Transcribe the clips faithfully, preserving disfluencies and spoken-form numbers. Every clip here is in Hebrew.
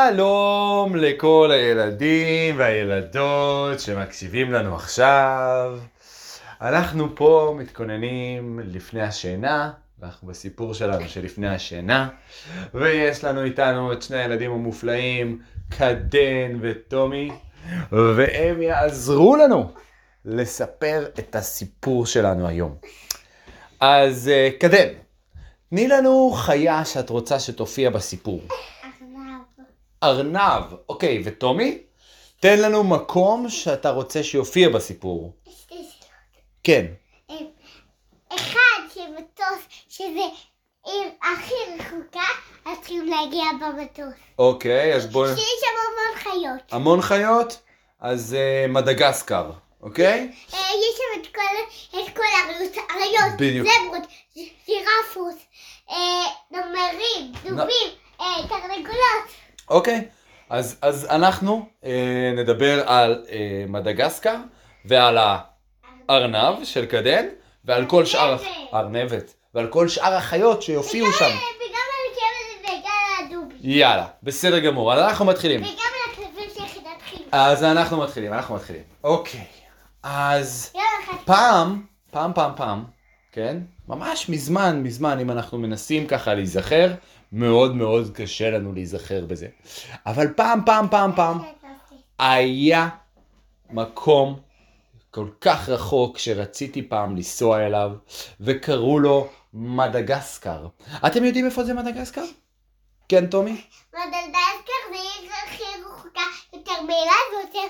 שלום לכל הילדים והילדות שמקשיבים לנו עכשיו. אנחנו פה מתכוננים לפני השינה, ואנחנו בסיפור שלנו שלפני השינה, ויש לנו איתנו את שני הילדים המופלאים, קדן וטומי, והם יעזרו לנו לספר את הסיפור שלנו היום. אז קדן, תני לנו חיה שאת רוצה שתופיע בסיפור. ארנב, אוקיי, וטומי? תן לנו מקום שאתה רוצה שיופיע בסיפור. שתי שאלות. כן. אחד, שמטוס, שזה עיר הכי רחוקה, אז צריכים להגיע במטוס. אוקיי, אז בואו... שיש שם המון חיות. המון חיות? אז uh, מדגסקר, אוקיי? יש שם את כל, את כל האריות, בדיוק. זברות, ג'ירפות, נמרים, דובים, תרנגולות. אוקיי, אז, אז אנחנו אה, נדבר על אה, מדגסקר ועל הארנב של קדן ועל כל שאר... ארנבת. ועל כל שאר החיות שיופיעו שם. וגם על הכלב וגם על הדובים. יאללה, בסדר גמור, אז אנחנו מתחילים. וגם על הכלבים של יחידת חינוך. אז אנחנו מתחילים, אנחנו מתחילים. אוקיי, אז יום אחד. פעם, פעם, פעם, פעם, כן? ממש מזמן, מזמן, אם אנחנו מנסים ככה להיזכר, מאוד מאוד קשה לנו להיזכר בזה. אבל פעם, פעם, פעם, פעם, היה מקום כל כך רחוק שרציתי פעם לנסוע אליו, וקראו לו מדגסקר. אתם יודעים איפה זה מדגסקר? כן, טומי? מדגסקר זה עיר הכי רחוקה יותר מאילת ויותר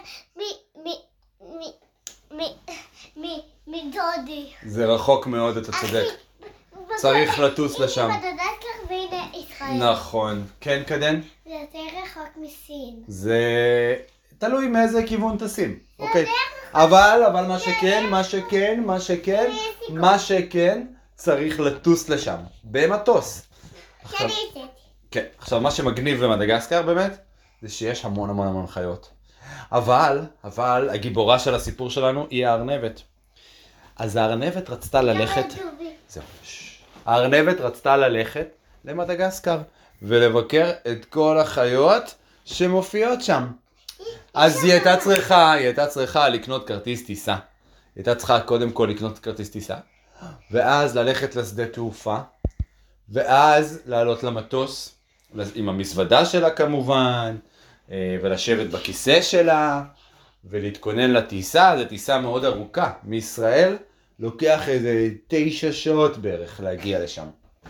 מדודי. זה רחוק מאוד, אתה צודק. צריך לטוס לשם. הנה מדגסקר והנה ישראל. נכון. כן, קדן? זה יותר רחוק מסין. זה תלוי מאיזה כיוון טסים. אוקיי. אבל, אבל מה שכן, מה שכן, מה שכן, מה שכן, צריך לטוס לשם. במטוס. שאני יצאתי. כן. עכשיו, מה שמגניב במדגסקר באמת, זה שיש המון המון המון חיות. אבל, אבל, הגיבורה של הסיפור שלנו היא הארנבת. אז הארנבת רצתה ללכת... זהו. הארנבת רצתה ללכת למדגסקר ולבקר את כל החיות שמופיעות שם. אז היא הייתה צריכה, היא הייתה צריכה לקנות כרטיס טיסה. היא הייתה צריכה קודם כל לקנות כרטיס טיסה, ואז ללכת לשדה תעופה, ואז לעלות למטוס, עם המזוודה שלה כמובן, ולשבת בכיסא שלה, ולהתכונן לטיסה. זו טיסה מאוד ארוכה. מישראל לוקח איזה תשע שעות בערך להגיע לשם.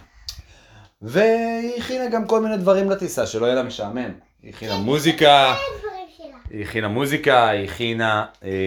והיא הכינה גם כל מיני דברים לטיסה, שלא יהיה לה משעמם. היא הכינה מוזיקה, היא הכינה מוזיקה, היא הכינה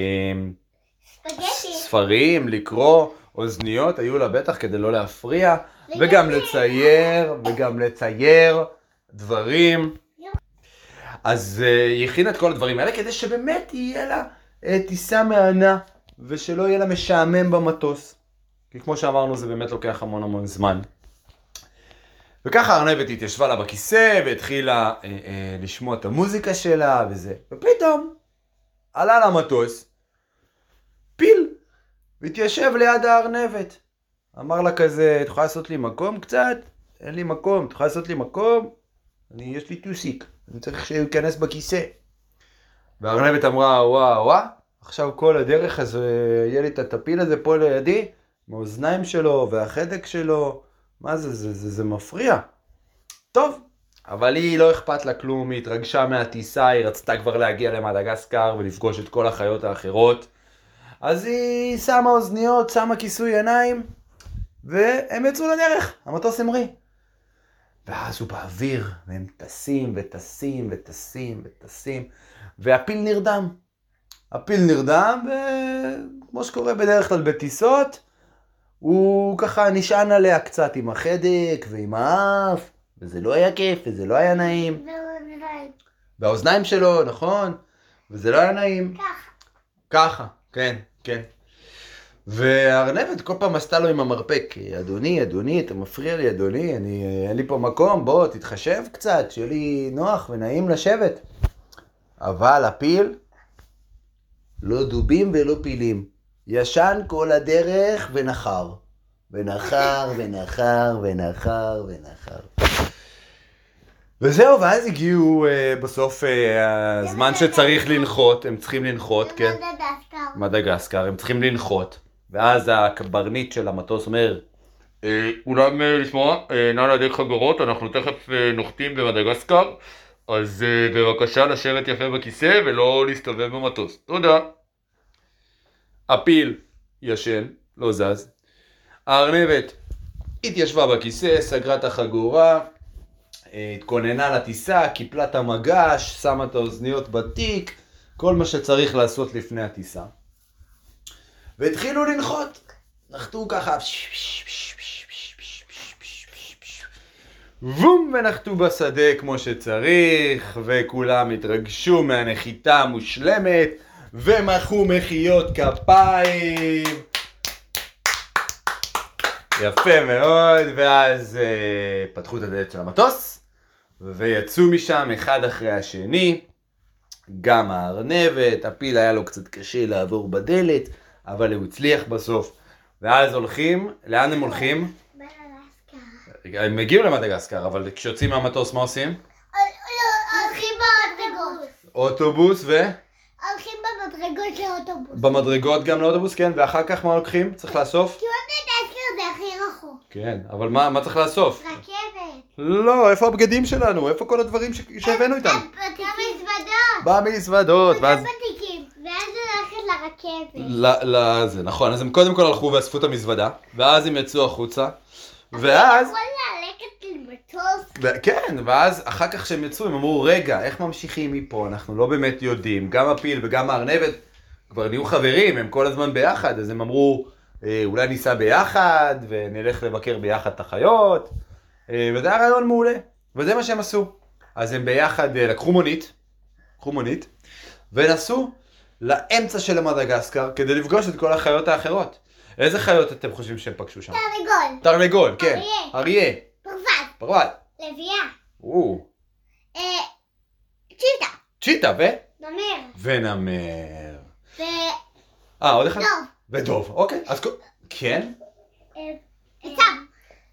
ספרים, לקרוא, אוזניות, היו לה בטח כדי לא להפריע, וגם לצייר, וגם לצייר דברים. אז היא הכינה את כל הדברים האלה כדי שבאמת יהיה לה טיסה מהנה, ושלא יהיה לה משעמם במטוס. כי כמו שאמרנו, זה באמת לוקח המון המון זמן. וככה הארנבת התיישבה לה בכיסא, והתחילה אה, אה, לשמוע את המוזיקה שלה וזה. ופתאום עלה למטוס פיל, והתיישב ליד הארנבת. אמר לה כזה, את יכולה לעשות לי מקום קצת? אין לי מקום, את יכולה לעשות לי מקום? אני, יש לי טוסיק, אני צריך שהוא ייכנס בכיסא. והארנבת אמרה, וואו, וואו, עכשיו כל הדרך אז יהיה לי את הטפיל הזה פה לידי, מהאוזניים שלו והחדק שלו, מה זה, זה, זה, זה מפריע. טוב, אבל היא לא אכפת לה כלום, היא התרגשה מהטיסה, היא רצתה כבר להגיע למדגסקר ולפגוש את כל החיות האחרות. אז היא שמה אוזניות, שמה כיסוי עיניים, והם יצאו לדרך, המטוס המריא. ואז הוא באוויר, והם טסים וטסים וטסים וטסים, והפיל נרדם. הפיל נרדם, וכמו שקורה בדרך כלל בטיסות, הוא ככה נשען עליה קצת עם החדק ועם האף, וזה לא היה כיף, וזה לא היה נעים. והאוזניים. והאוזניים שלו, נכון, וזה לא היה נעים. ככה. ככה, כן, כן. והארנבת כל פעם עשתה לו עם המרפק, אדוני, אדוני, אתה מפריע לי, אדוני, אני, אין לי פה מקום, בוא, תתחשב קצת, שיהיה לי נוח ונעים לשבת. אבל הפיל, לא דובים ולא פילים. ישן כל הדרך ונחר. ונחר ונחר ונחר ונחר. וזהו, ואז הגיעו אה, בסוף אה, הזמן שצריך לנחות, הם צריכים לנחות, כן. מדגסקר. מדגסקר, הם צריכים לנחות. ואז הקברניט של המטוס אומר, אה, אולם אה, לשמוע, אה, נא להדק חגורות, אנחנו תכף אה, נוחתים במדגסקר, אז אה, בבקשה לשבת יפה בכיסא ולא להסתובב במטוס. תודה. הפיל ישן, לא זז. הארנבת התיישבה בכיסא, סגרה את החגורה, התכוננה לטיסה, קיפלה את המגש, שמה את האוזניות בתיק, כל מה שצריך לעשות לפני הטיסה. והתחילו לנחות. נחתו ככה, וום, ונחתו בשדה כמו שצריך, וכולם התרגשו מהנחיתה המושלמת, ומחאו מחיאות כפיים. יפה מאוד, ואז uh, פתחו את הדלת של המטוס, ויצאו משם אחד אחרי השני, גם הארנבת, הפיל היה לו קצת קשה לעבור בדלת, אבל הוא הצליח בסוף. ואז הולכים, לאן הם הולכים? מדגסקר. הם מגיעים למדגסקר, אבל כשיוצאים מהמטוס מה עושים? הולכים במדרגות. אוטובוס ו... הולכים במדרגות לאוטובוס. במדרגות גם לאוטובוס, כן, ואחר כך מה לוקחים? צריך לאסוף? כי מדגסקר זה הכי רחוק. כן, אבל מה, מה צריך לאסוף? רכבת. לא, איפה הבגדים שלנו? איפה כל הדברים ש... שהבאנו איתם? במזוודות. במזוודות, ואז... בתיקים. ואז הולכת לרכבת. ל... ל... זה נכון, אז הם קודם כל הלכו ואספו את המזוודה, ואז הם יצאו החוצה, ואז... אתה יכול ללכת למטוס? ו... כן, ואז אחר כך שהם יצאו, הם אמרו, רגע, איך ממשיכים מפה? אנחנו לא באמת יודעים. גם הפיל וגם הארנבת כבר נהיו חברים, הם כל הזמן ביחד, אז הם אמרו, אה, אולי ניסע ביחד, ונלך לבקר ביחד את החיות, אה, וזה היה רעיון מעולה, וזה מה שהם עשו. אז הם ביחד אה, לקחו מונית, לקחו מונית, ונסעו לאמצע של המדגסקר, כדי לפגוש את כל החיות האחרות. איזה חיות אתם חושבים שהם פגשו שם? תרנגול. תרנגול, כן. אריה. אריה. פרוות. פרוות. לביאה. או. אה, צ'יטה. צ'יטה ו? נמר. ונמר. ו... אה, עוד אחד? דוב. ודוב, אוקיי. אז כל... כן? אה, עצם.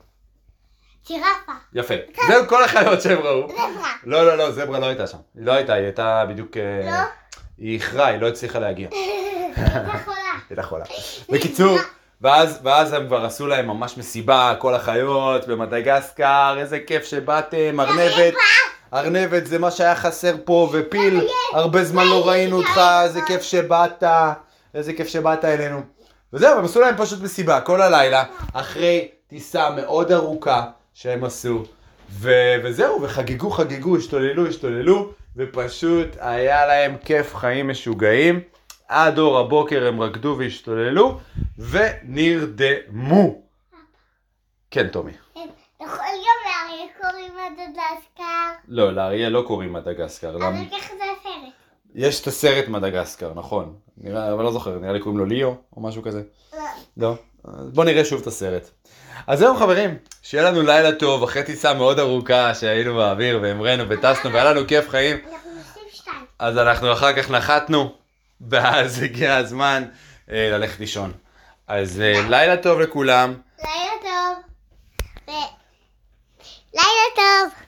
ג'ירפה. יפה. זהו כל החיות שהם ראו. זברה. לא, לא, לא, זברה לא הייתה שם. היא לא הייתה, היא הייתה בדיוק... אה, לא? היא איחרה, היא לא הצליחה להגיע. הייתה חולה. הייתה חולה. בקיצור, ואז, ואז הם כבר עשו להם ממש מסיבה, כל החיות במדגסקר, איזה כיף שבאתם, ארנבת. ארנבת זה מה שהיה חסר פה, ופיל, הרבה זמן לא ראינו אותך, איזה כיף שבאת, איזה כיף שבאת אלינו. וזהו, הם עשו להם פשוט מסיבה כל הלילה, אחרי טיסה מאוד ארוכה שהם עשו. ו- וזהו, וחגגו, חגגו, השתוללו, השתוללו, ופשוט היה להם כיף חיים משוגעים. עד אור הבוקר הם רקדו והשתוללו, ונרדמו. כן, תומי. יכול גם לאריה קוראים מדגסקר. לא, לאריה לא קוראים מדגסקר. אבל ככה זה הסרט. יש את הסרט מדגסקר, נכון. נראה, אבל לא זוכר, נראה לי קוראים לו ליאו או משהו כזה. לא. לא? אז בוא נראה שוב את הסרט. אז זהו חברים, שיהיה לנו לילה טוב, אחרי טיסה מאוד ארוכה שהיינו באוויר והמרנו וטסנו והיה לנו כיף חיים. אנחנו עושים שתיים. אז אנחנו אחר כך נחתנו, ואז הגיע הזמן אה, ללכת לישון. אז אה, לילה טוב לכולם. לילה טוב. ו... לילה טוב.